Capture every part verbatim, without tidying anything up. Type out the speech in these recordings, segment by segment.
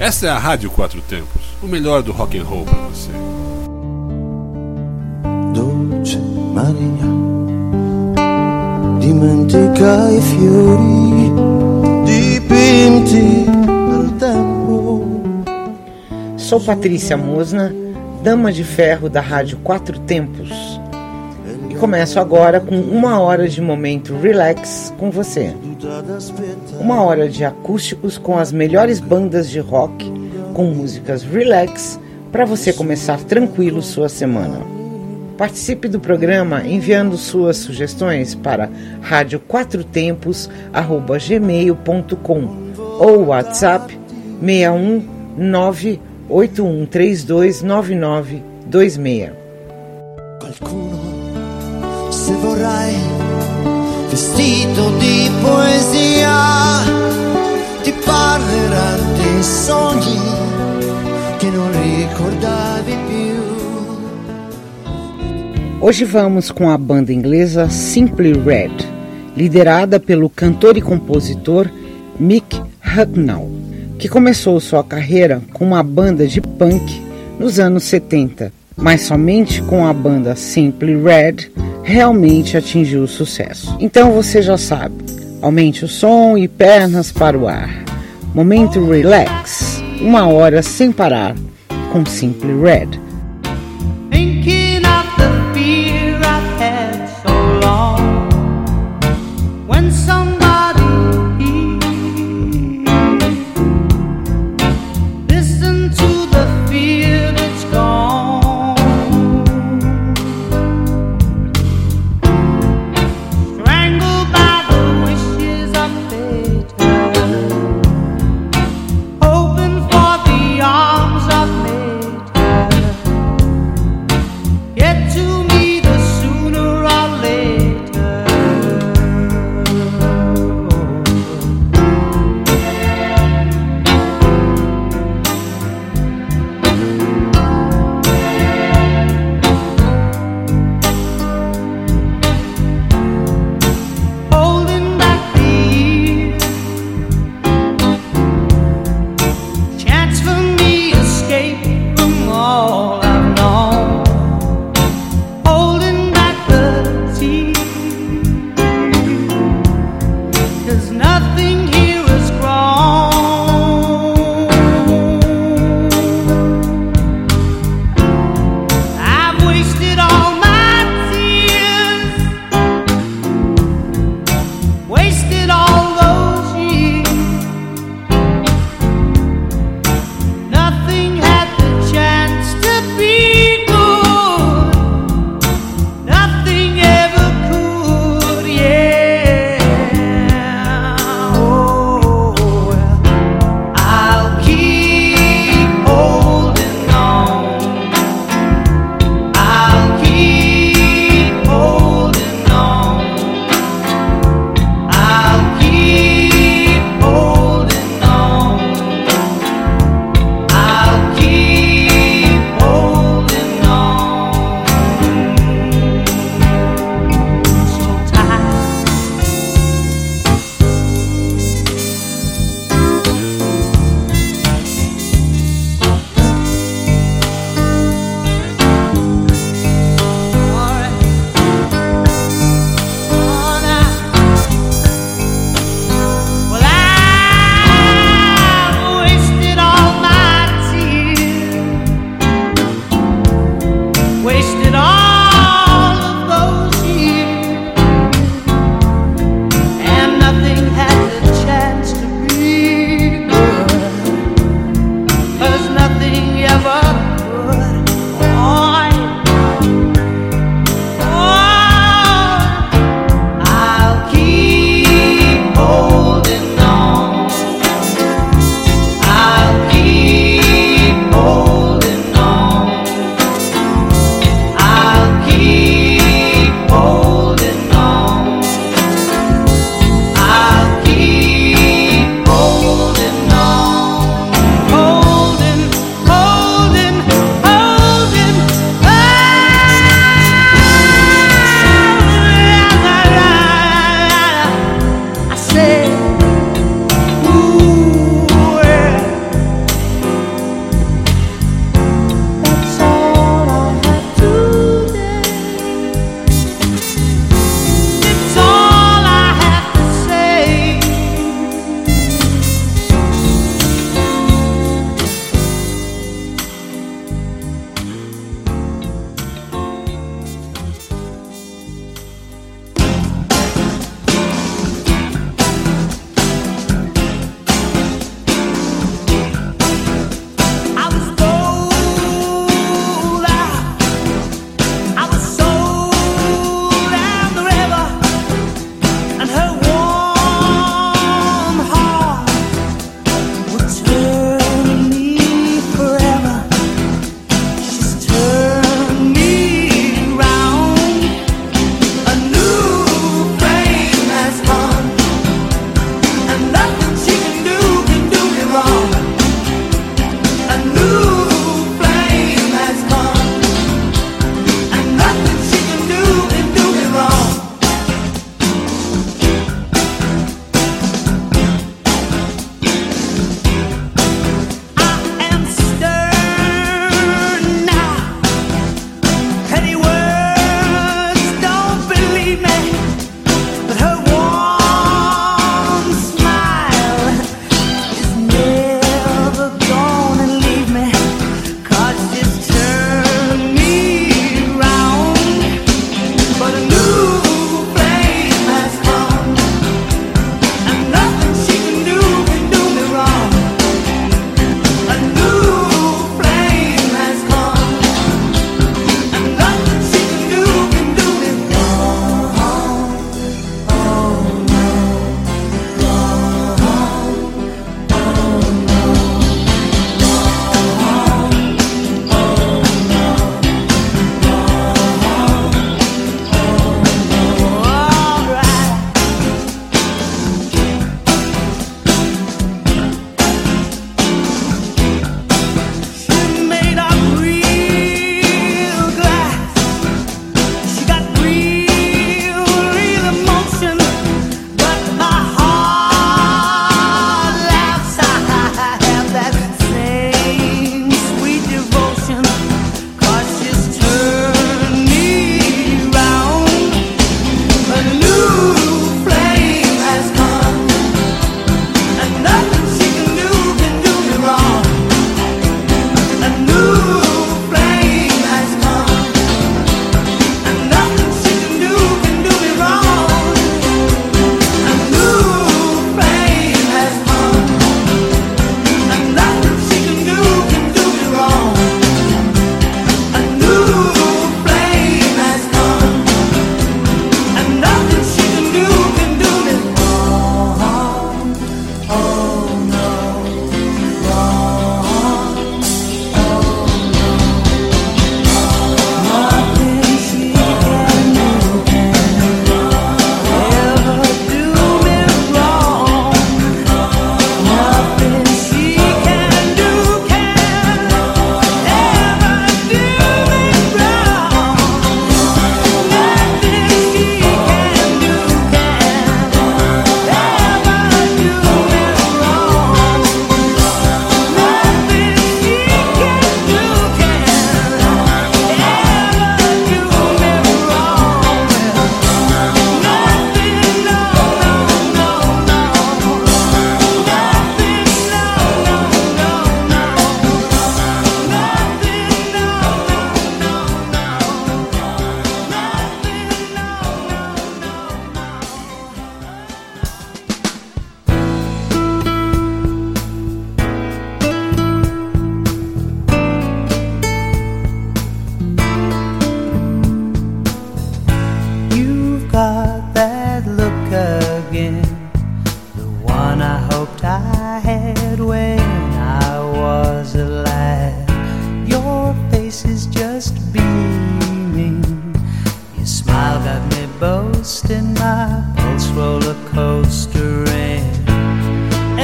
Essa é a Rádio Quatro Tempos, o melhor do rock and roll para você. Dolce Maria, dimentica i fiori dipinti dal tempo. Sou Patrícia Mosna, dama de ferro da Rádio Quatro Tempos. E começo agora com uma hora de momento relax com você. Uma hora de acústicos com as melhores bandas de rock, com músicas relax, para você começar tranquilo sua semana. Participe do programa enviando suas sugestões para rádio quatro tempos arroba gmail ponto com ou WhatsApp seis um nove oito um três dois nove nove dois seis. Qualcuno, se vorrai, vestito di poesia, ti parlerà dei sogni che non ricordavi più. Hoje vamos com a banda inglesa Simply Red, liderada pelo cantor e compositor Mick Hucknall, que começou sua carreira com uma banda de punk nos anos setenta, mas somente com a banda Simply Red realmente atingiu o sucesso. Então você já sabe, aumente o som e pernas para o ar. Momento relax, uma hora sem parar com Simply Red. Thinking of the fear I've had so long, when somebody listen to the fear that's gone, strangled by the wishes of fate, hoping for the arms of nature.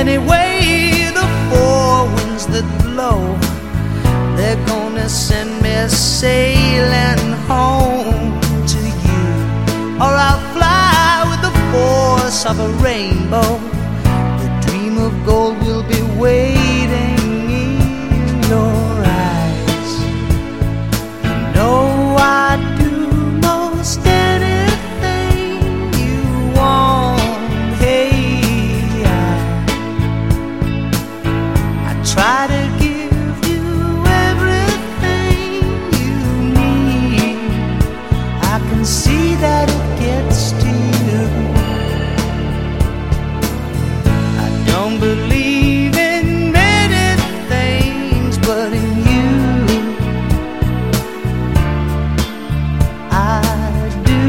Anyway, the four winds that blow, they're gonna send me sailing home to you. Or I'll fly with the force of a rainbow. The dream of gold will be waiting in your eyes. You know I'd do most anything you want. Hey, I, I try to give you everything you need. I can see that it gets to you. I don't believe in many things, but in you I do.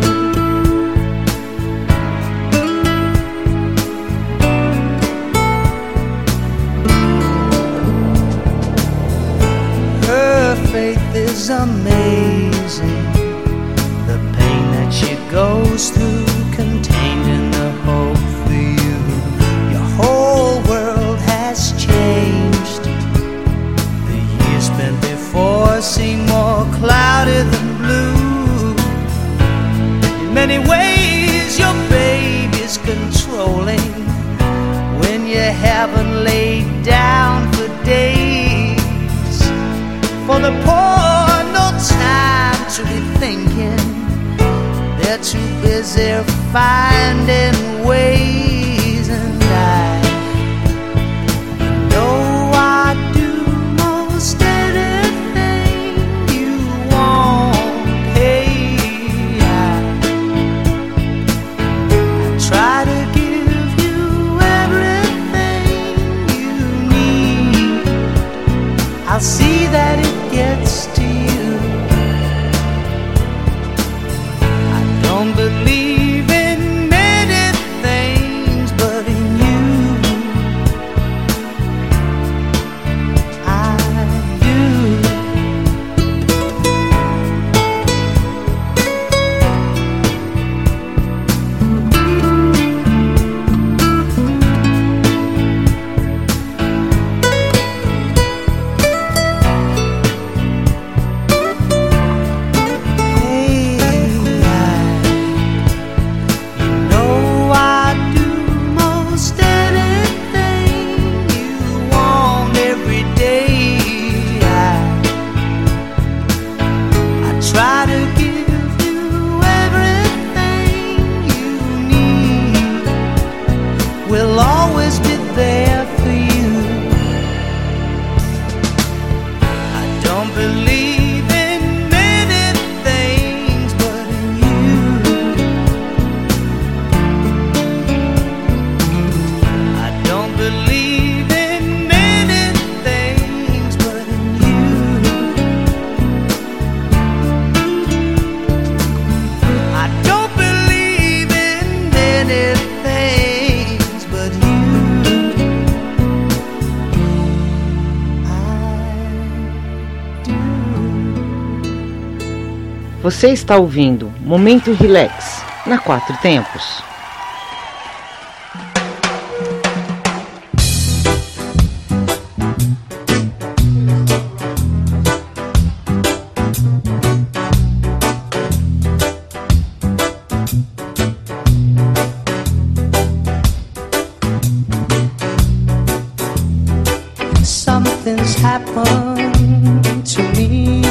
Her faith is amazing. The pain that she goes through, contained in the hope for you. Your whole world has changed. The years spent before seem more cloudy than blue. In many ways your baby's controlling when you haven't laid down for days. For the poor, no time to be thinking. They're too busy finding ways. And I know I'd do most anything you want. Hey, I, I try to give you everything you need. I'll see that it gets to you. I don't believe in many things, but in you I do. We'll always be there for you. I don't believe in many things, but in you I don't believe in many things, but in you I don't believe in many things, but you Você está ouvindo Momento Relax na Quatro Tempos. Something's happened to me.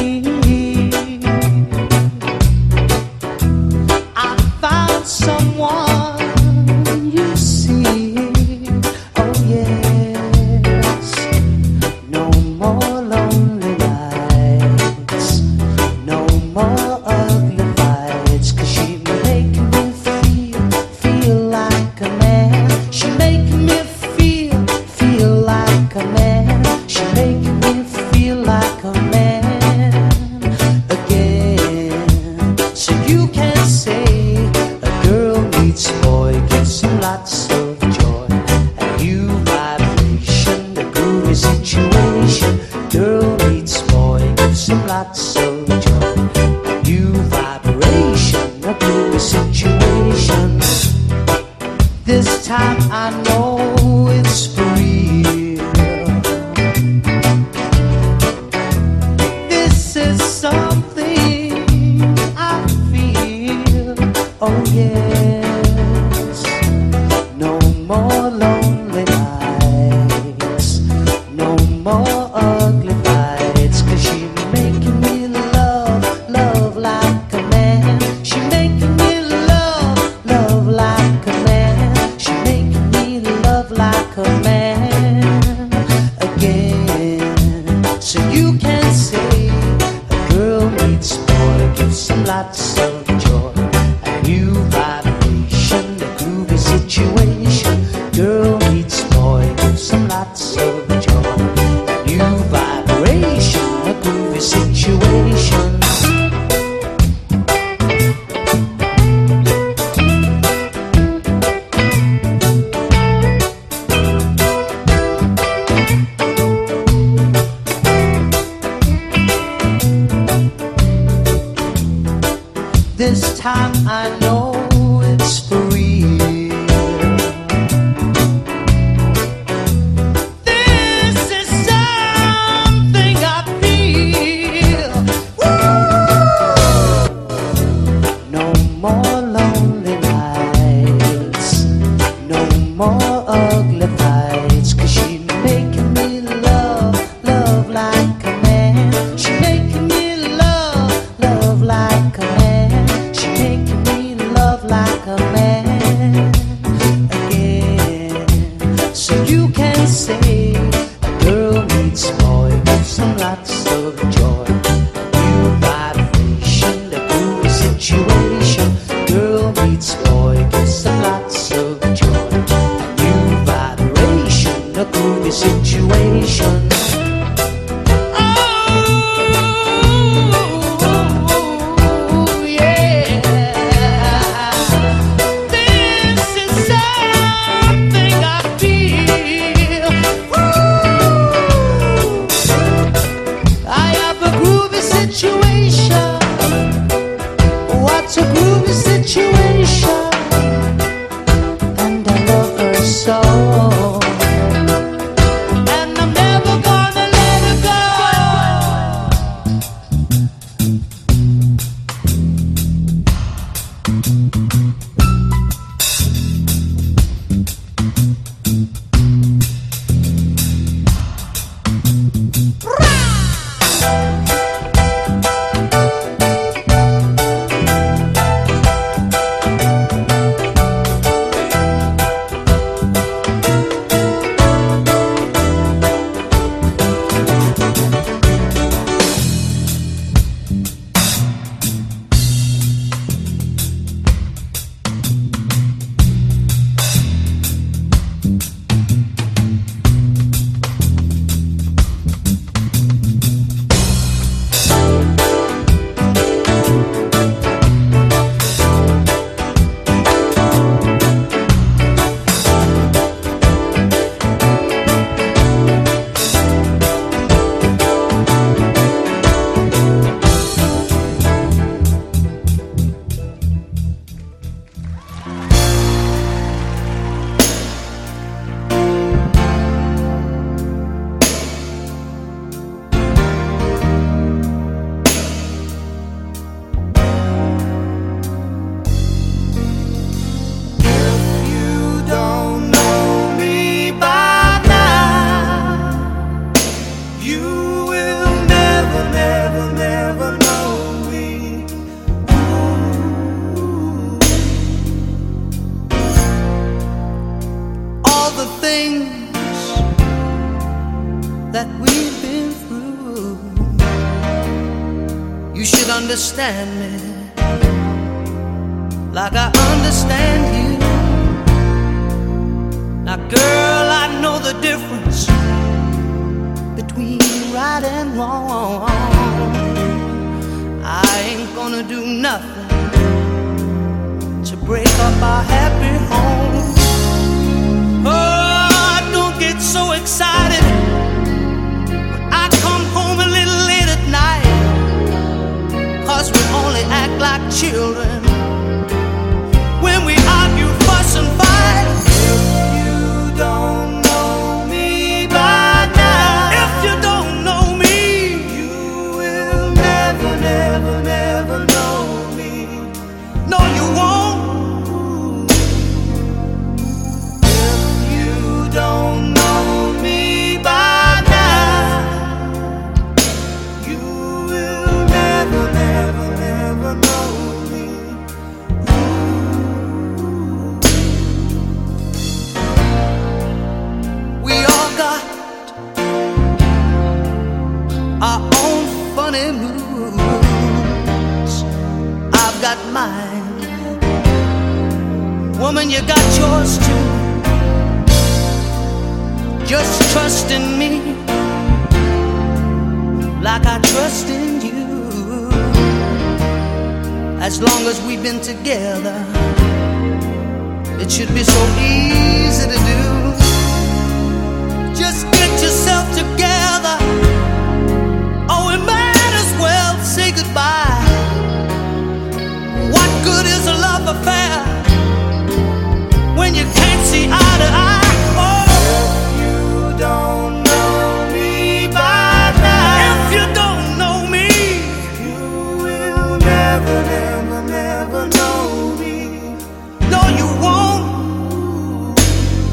I found someone, you see. Oh yes. No more lonely nights, no more ugly fights. 'Cause she make me feel, feel like a man. She make me feel, feel like a man. She make me feel like a man again. So you can say a girl meets boy, gives him lots of joy. A new vibration, a groovy situation. Girl meets boy, gives him lots of joy. A new vibration, a groovy situation. This time I know it's it's for real. This is something I feel. Oh yes. No more lonely nights, no more ugly fights, 'cause she making me love, love like a man. She making me love, love like a man. She making me love like a man again. So you can say a girl meets boy, gives some lots of joy, a new vibration, a groovy situation. Girl meets boy, gives some lots of joy, a new vibration, a groovy situation. This time I know it's for real. This is something I feel. Woo! No more lonely nights, no more ugly fights, 'cause she making me love, love like a man. She making me love, love like a man. She making me love like a man again. So you can say a girl meets boy, gives some lots of joy, new vibration, a groovy situation. Girl meets boy, gives some lots of joy, new vibration, a groovy situation. Oh, yeah. This is something I feel. Woo! I have a groovy situation. What's a groovy situation? And I love her so. And I'm never gonna let her go. Understand me like I understand you. Now girl, I know the difference between right and wrong. I ain't gonna do nothing to break up our happy home. Oh, don't get so excited when I come home a little late at night, 'cause we only act like children when we argue, fuss and fight. If you don't know Woman, you got yours too. Just trust in me like I trust in you. As long as we've been together, it should be so easy to do. Just get yourself together. Oh, we might as well say goodbye. What good is a love affair when you can't see eye to eye? Oh, if you don't know me by now, if you don't know me, you will never, never, never know me. No, you won't.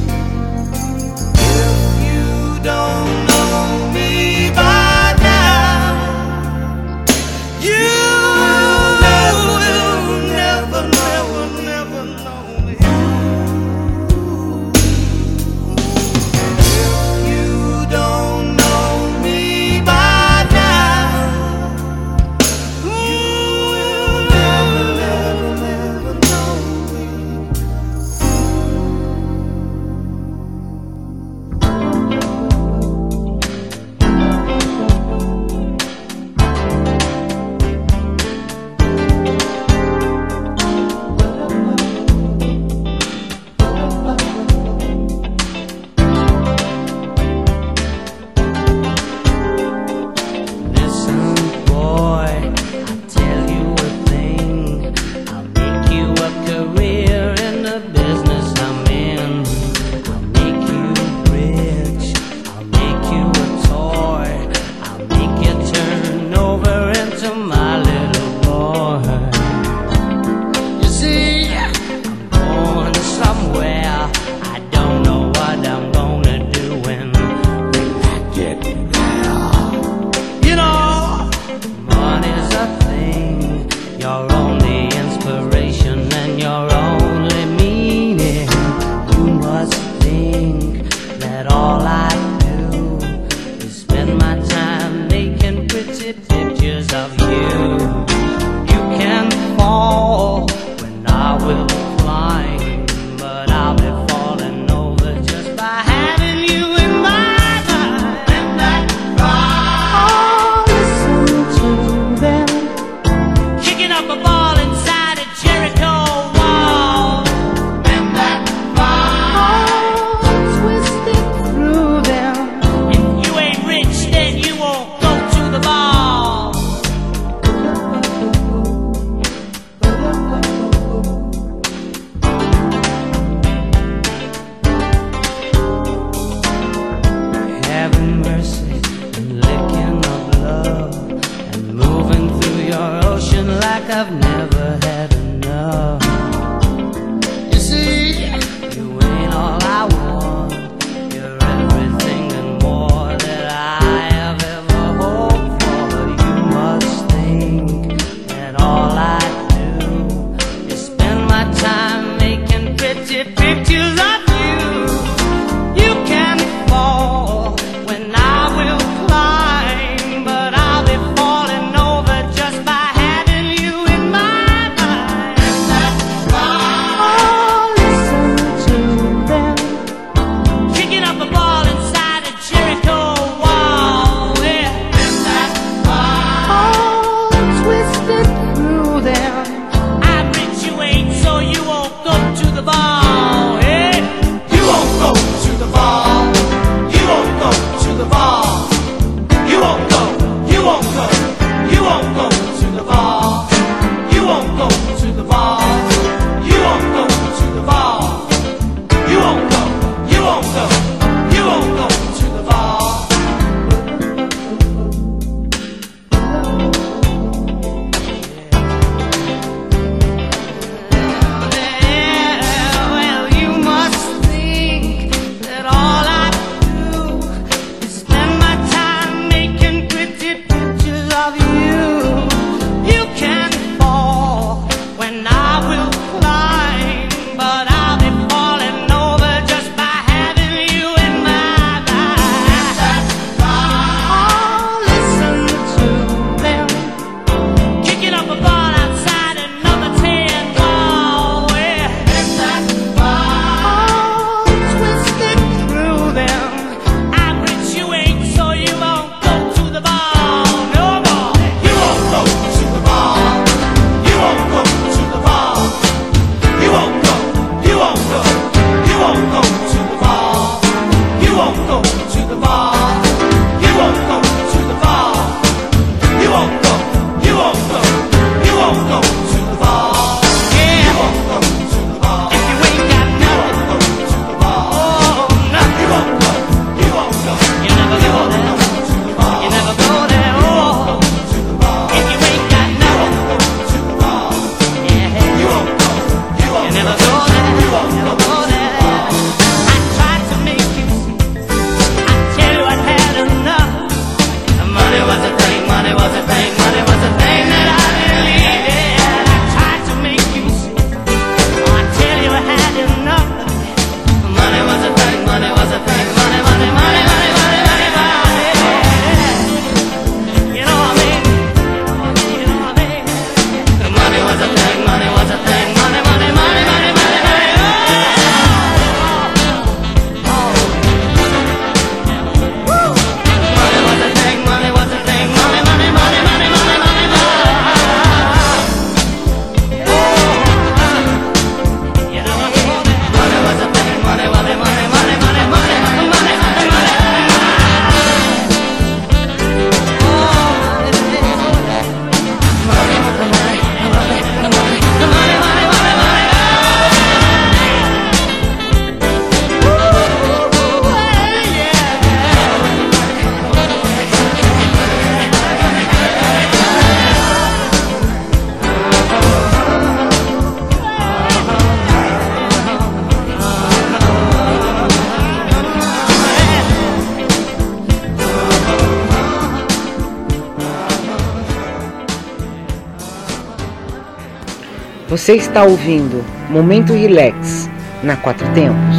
Você está ouvindo Momento Relax na Quatro Tempos.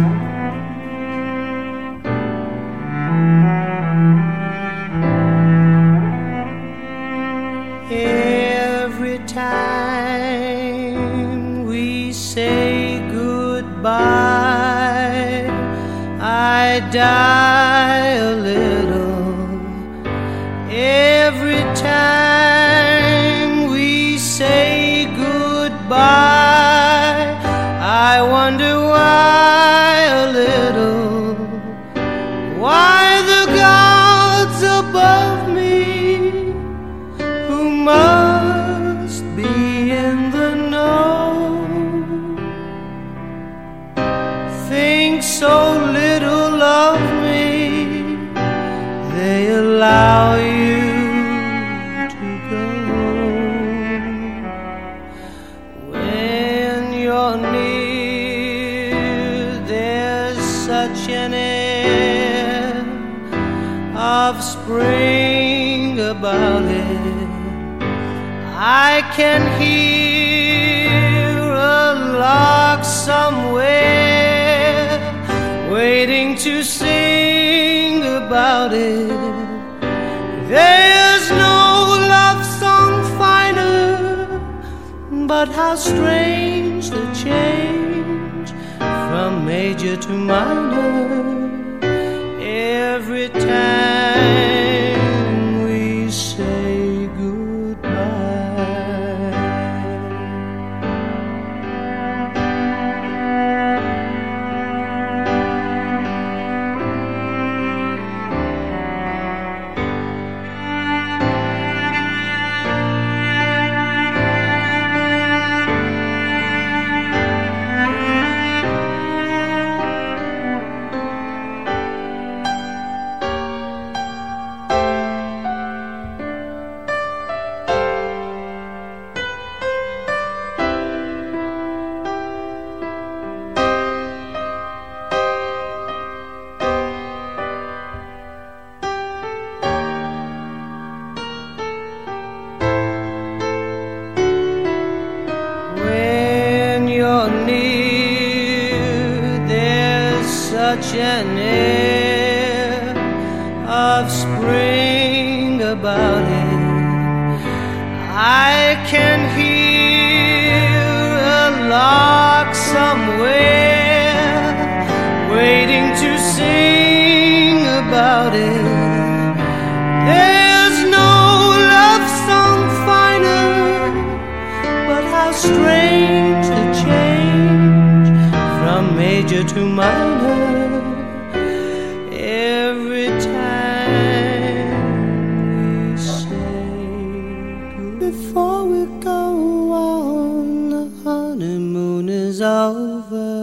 Every time we say goodbye, I die a little. Every time we say goodbye, I wonder why a little. Why the gods above me, who must be in the know, think so little of me, they allow you to go. When you're near, there's such an air of spring about it. I can hear a lark somewhere waiting to sing about it. There's no love song finer, but how strange the change from major to minor every time we say goodbye. Such an air of spring about it. I can hear a lark somewhere waiting to sing about it. There's no love song finer, but how strange the change from major to minor every time we say good. Before we go on, the honeymoon is over.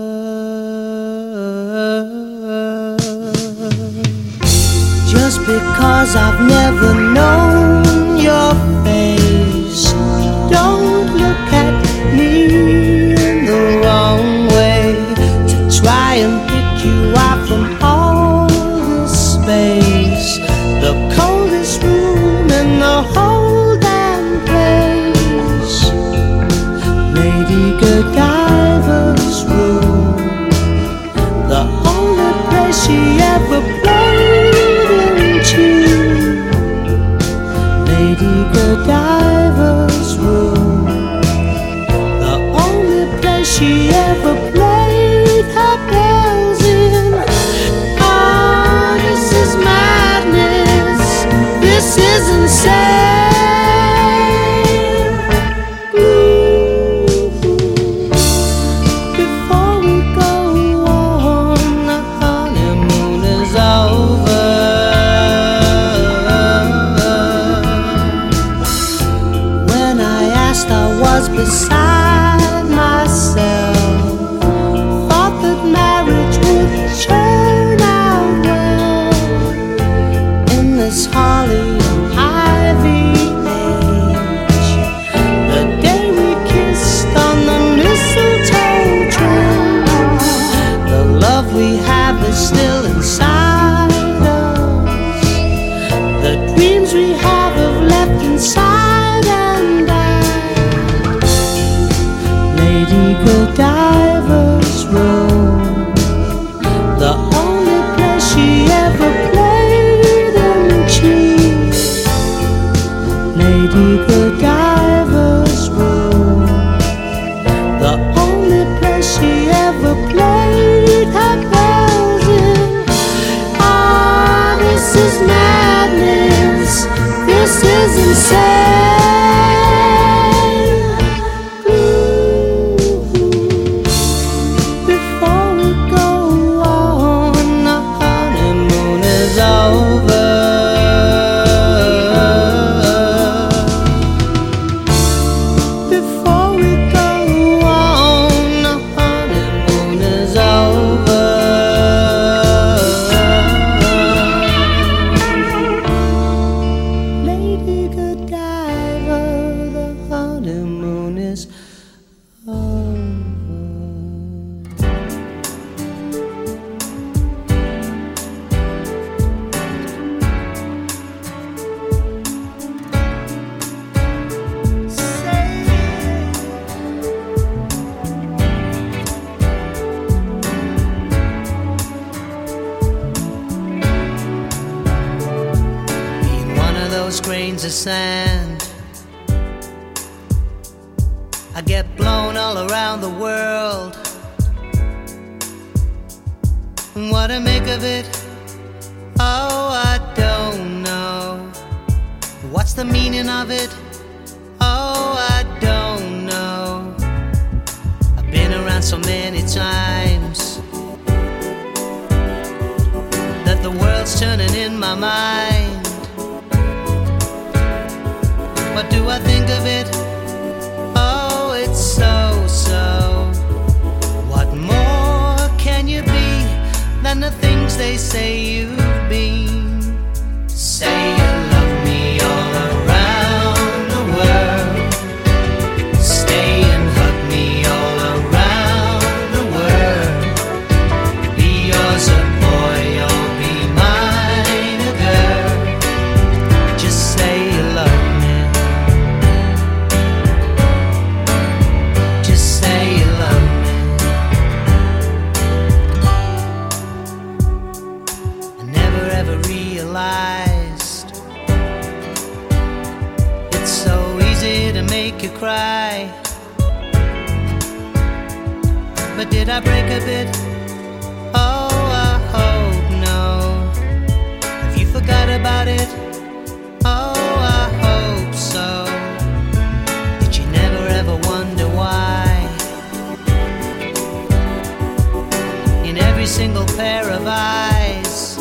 Just because I've never known your face, don't look at me in the wrong way. Try and pick you out from all this space, the coldest room in the whole damn place. Lady Godiva's room, the only place she ever played into. Lady Godiva's room, the only place she ever played her bells in. Oh, this is madness, this is insane. Ooh. Before we go on, the honeymoon is over. When I asked, I was beside myself. Turn out well in this holly and ivy age. The day we kissed on the mistletoe train, the love we have is still inside us. The dreams we have have left inside and I. Lady Godiva's room, the only place she ever played her bells in. Ah, this is madness, this is insane. Grains of sand, I get blown all around the world. What to make of it? Oh, I don't know. What's the meaning of it? Oh, I don't know. I've been around so many times that the world's turning in my mind. What do I think of it? Oh, it's so, so. What more can you be than the things they say you've been? Say you love me all around the world. Stay and hug me all around the world. Be yours a boy, or be mine a girl. Just say you love me. It's so easy to make you cry, but did I break a bit? Oh, I hope no. Have you forgot about it? Oh, I hope so. Did you never ever wonder why in every single pair of eyes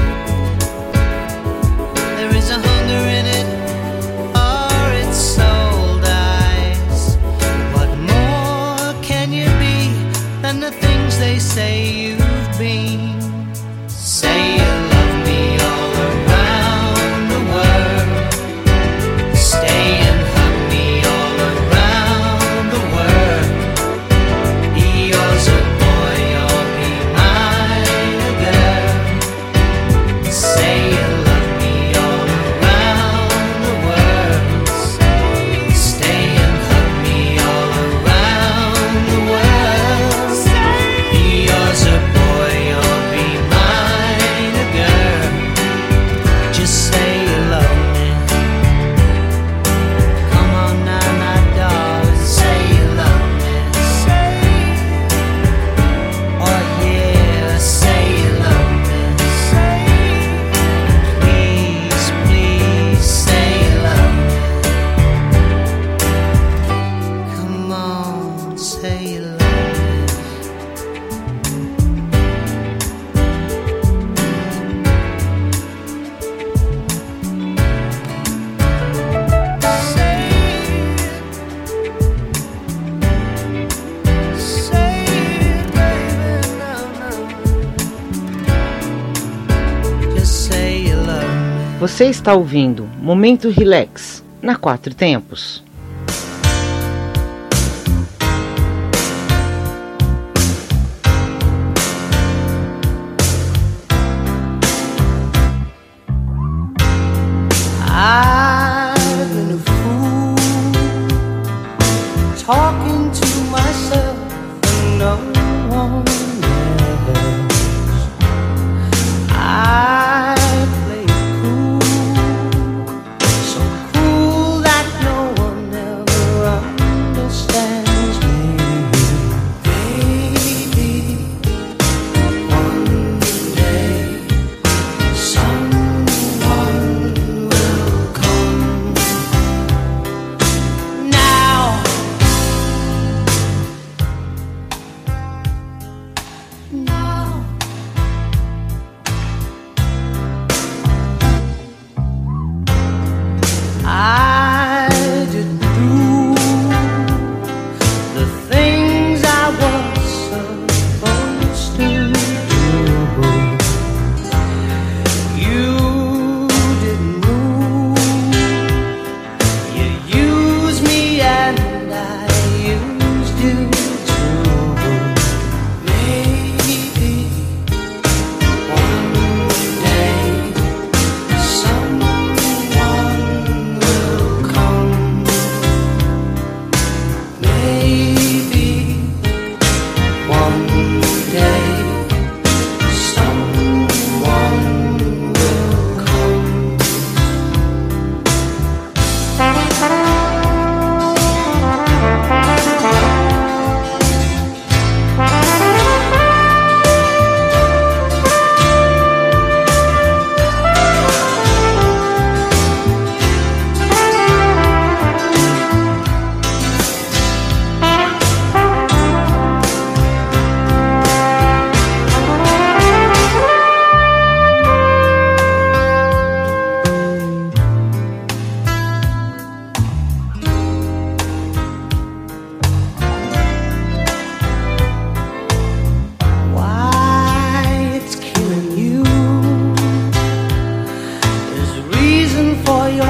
there is a hunger in it, or its soul dies? What more can you be than the things they say you've been? Say you love me all around the world. Stay and hug me all around the world. Be yours a boy, or be mine a girl. Say you love me all around the world. Stay and hug me all around the world. Be yours a boy, or be mine a girl. Just say you love me. Come on now, my darling, say you love me. Oh yeah, say you love me. Please, please say you love me. Come on, say you love me. Say it, baby, no, no. Just say you love me. Você está ouvindo Momento Relax na Quatro Tempos. I've been a fool talking to myself and no one else. I play it cool, so cool that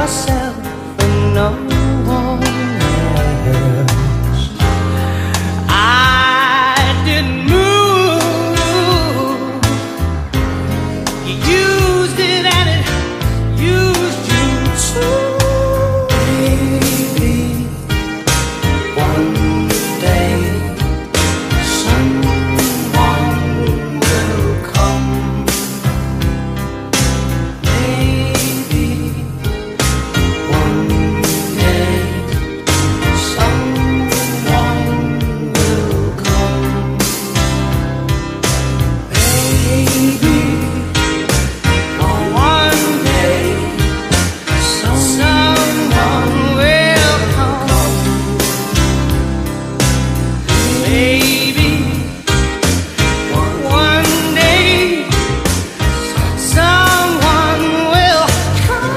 myself and no one else. I didn't move. You used it and it used you too. Baby, one day someone will come. Maybe one day someone will come. Maybe one day someone will come. Maybe one day someone will come.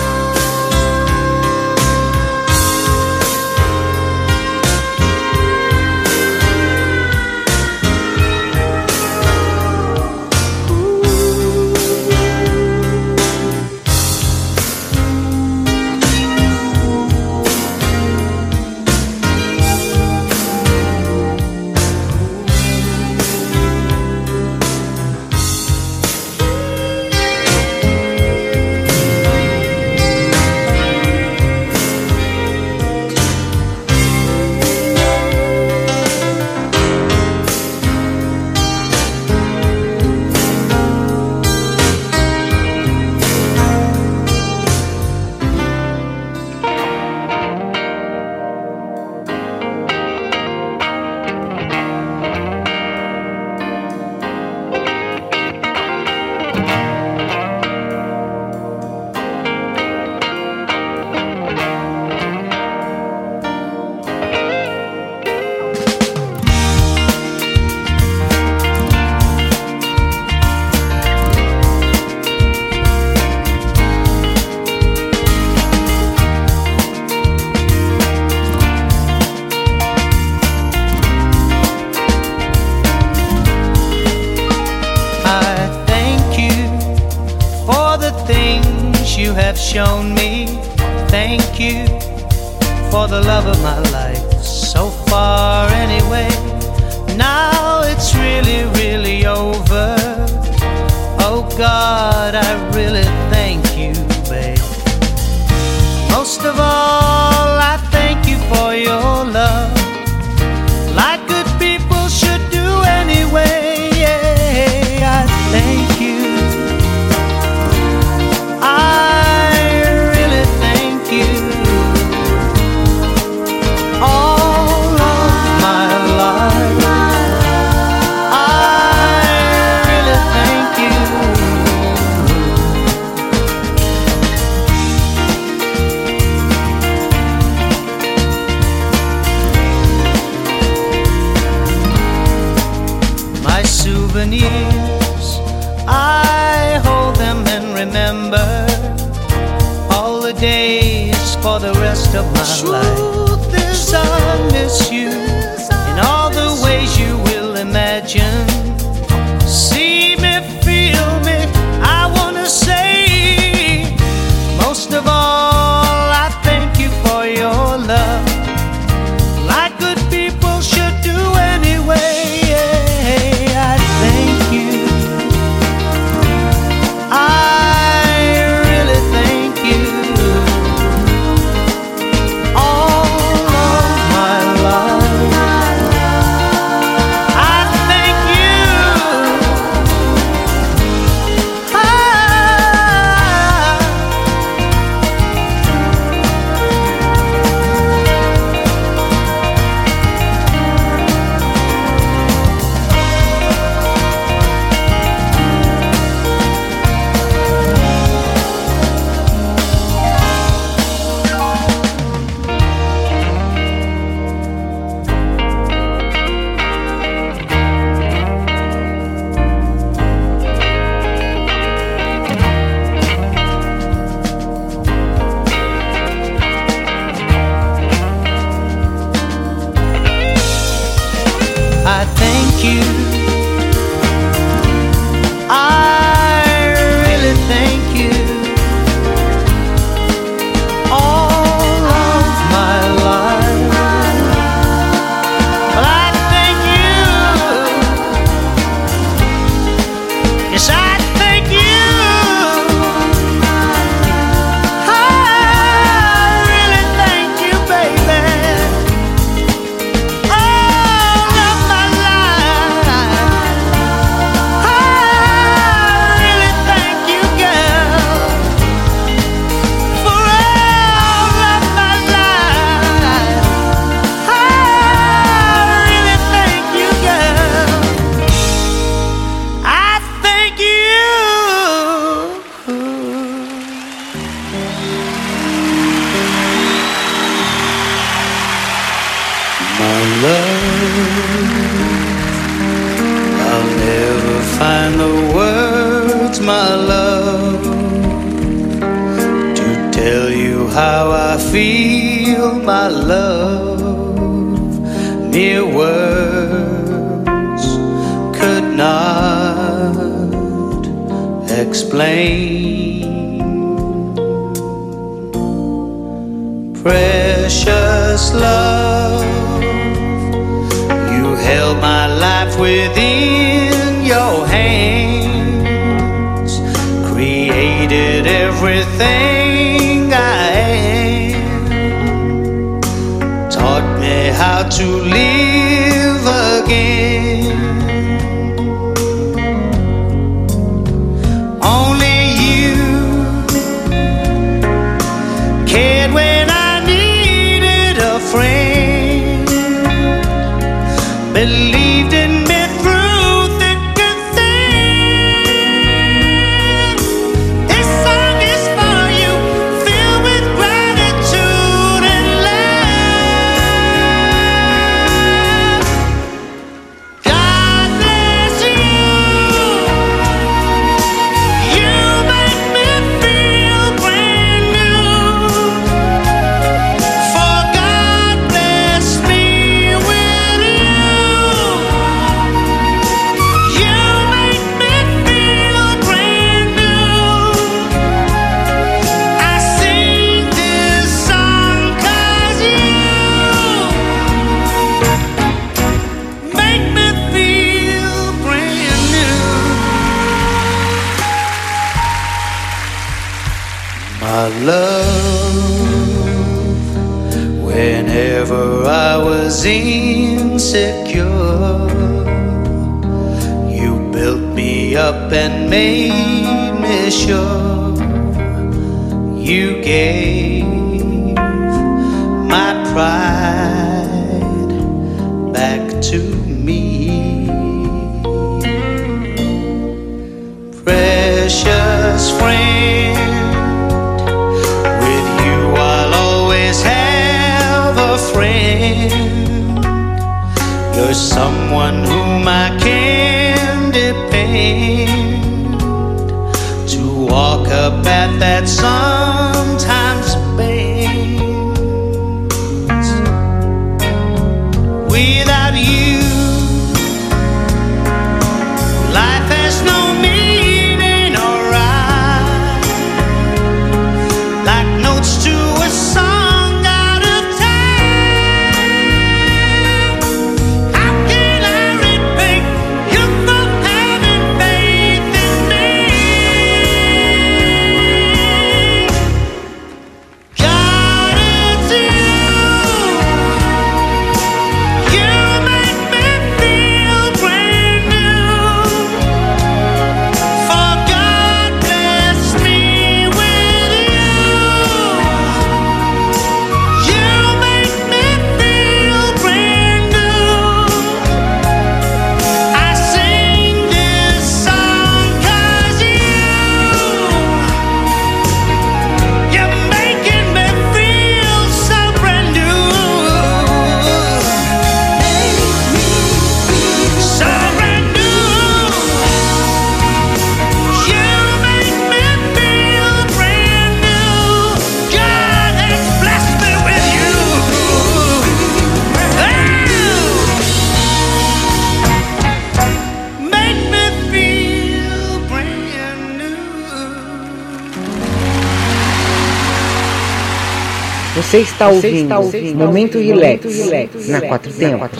I thank you for the things you have shown me. Thank you for the love of my life so far anyway. Now it's really, really over. Oh God, I really thank you, babe. Most of all, I thank you for your love, like good people should do anyway. Yeah, I thank you. I really thank you. All of my life, I really thank you. My souvenirs, I hold them and remember all the days for the rest of my life. Yes, I miss you in all the ways you will imagine. See me, feel me, I wanna say, most of all, I thank you for your love, like good people should do anyway. Yeah, I thank you. I really thank you. All my love, to tell you how I feel, my love. Mere words could not explain. Precious love, you held my life within your hands, created everything I am, taught me how to live again. Only you cared when I needed a friend, believed in me through thick and thin. This song is for you, filled with gratitude and love. God bless you. You make me feel brand new. For God bless me with you. You make me feel brand new. I sing this song 'cause you make me feel brand new. My love, whenever I was insecure, you built me up and made me sure. You gave my pride back to me. Precious friend, with you I'll always have a friend. You're someone whom I can depend, to walk a path that sometimes bends. Without you, life has no meaning or rhyme, like notes to a song out of time. How can I repay you for having faith in me? God, it's you. You make me feel brand new. For God bless me with you. You make me feel brand new. I sing this song 'cause you, you're making me feel so brand new. So brand new. You make me feel brand new. God has blessed me with you. Oh, make me feel brand new. Você está ouvindo Momento Relax na Quatro Tempos.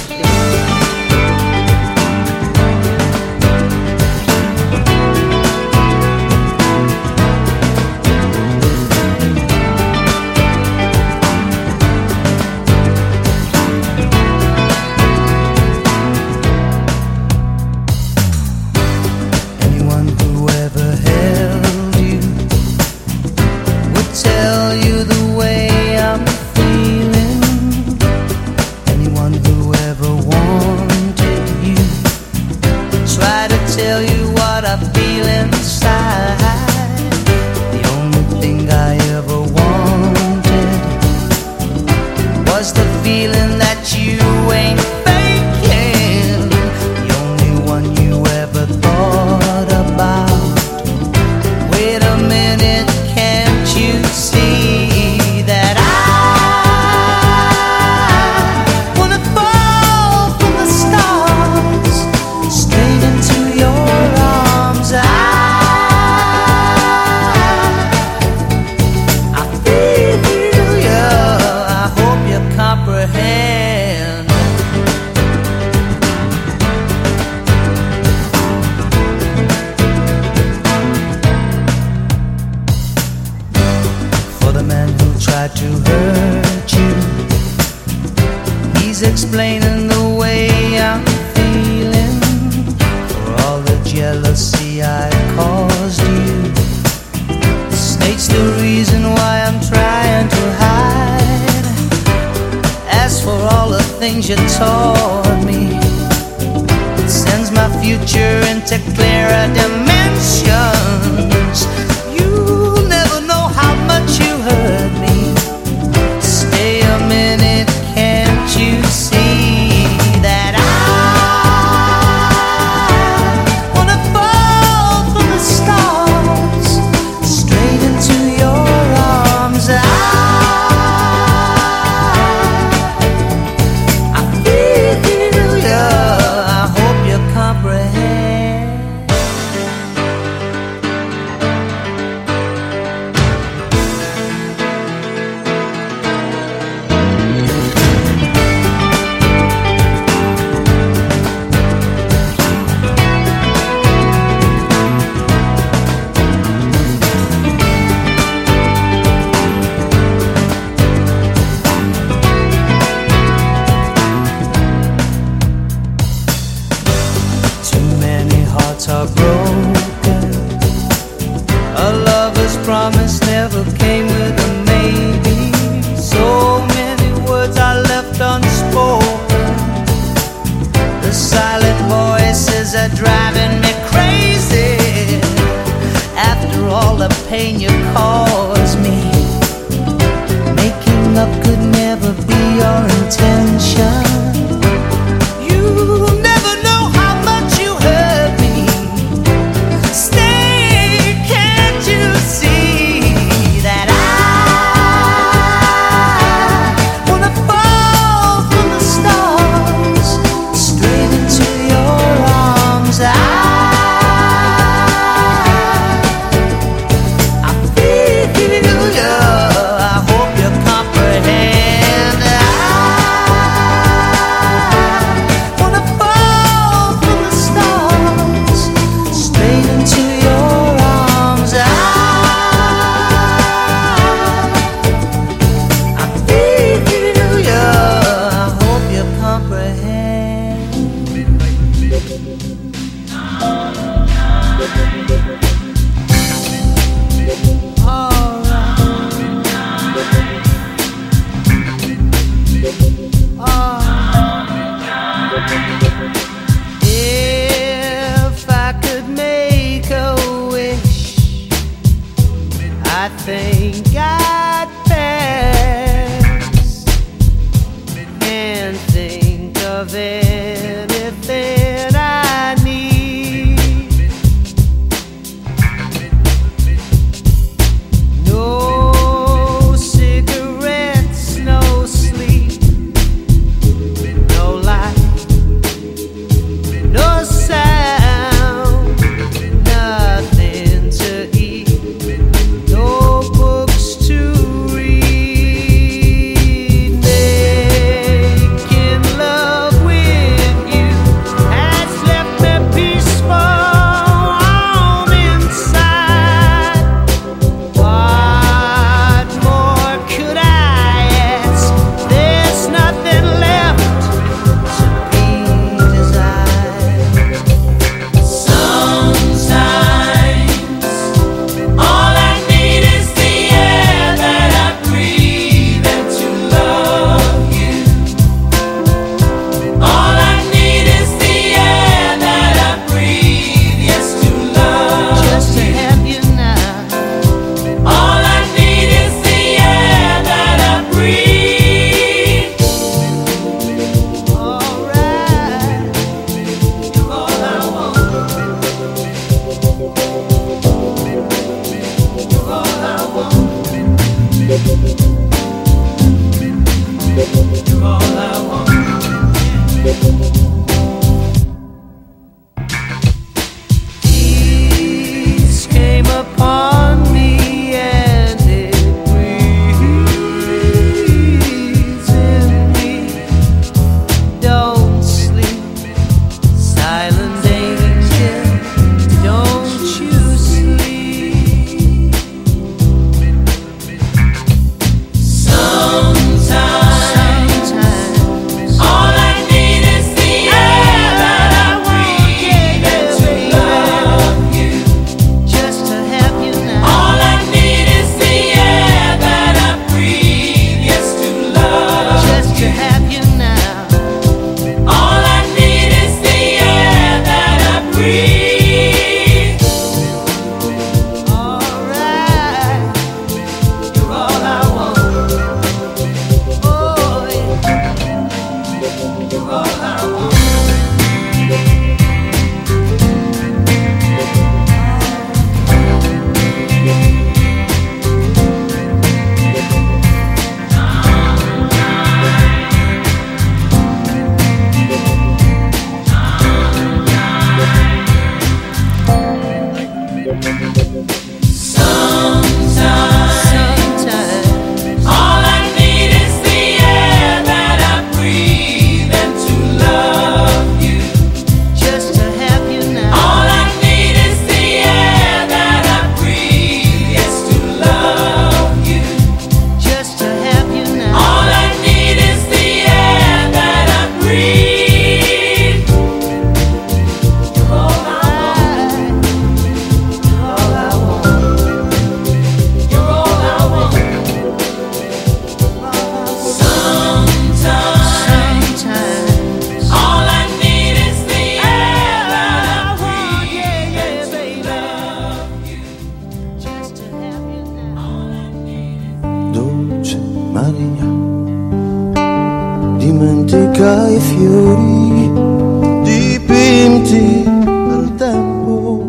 Anyone who ever held you would tell you the way I'm feeling. Anyone who ever to hurt you. He's explaining the way I'm feeling for all the jealousy I caused you. States the reason why I'm trying to hide. As for all the things you taught me, it sends my future into clearer dimensions. You'll never know how much you hurt me. Stay a minute, can't you see that I wanna fall from the stars straight into your arms? I, I feel ya, I hope you comprehend. Too many hearts are broken. A lover's promise never came with a maybe. So many words are left unspoken. The silent voices are driving me crazy. After all the pain you caused me, making up could never be your intention. You'll never know how much you hurt me. Stay, can't you see that I wanna fall from the stars straight into your arms? I, I via, dimentica i fiori dipinti dal tempo.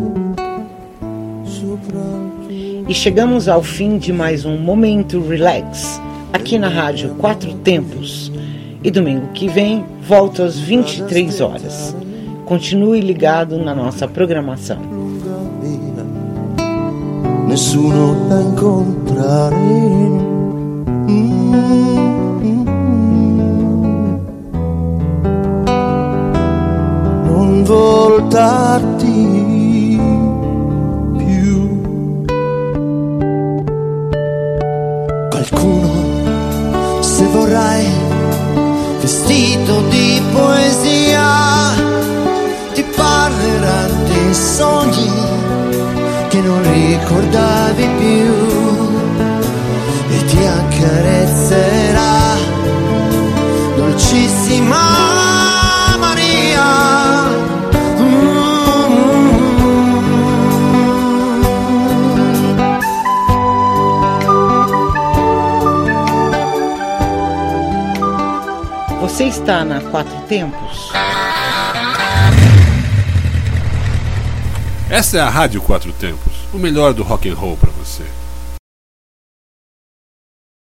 E chegamos ao fim de mais um Momento Relax, aqui na Rádio Quatro Tempos. E domingo que vem, volto às vinte e três horas. Continue ligado na nossa programação. Nessuno da incontrare. Mm-hmm. Non voltarti più. Qualcuno, se vorrai, vestito di poesia, ti parlerà dei sogni che non ricordavi più e ti accarezzerà, dolcissima Maria. Você está na Quatro Tempos? Essa é a Rádio Quatro Tempos, o melhor do rock and roll para você.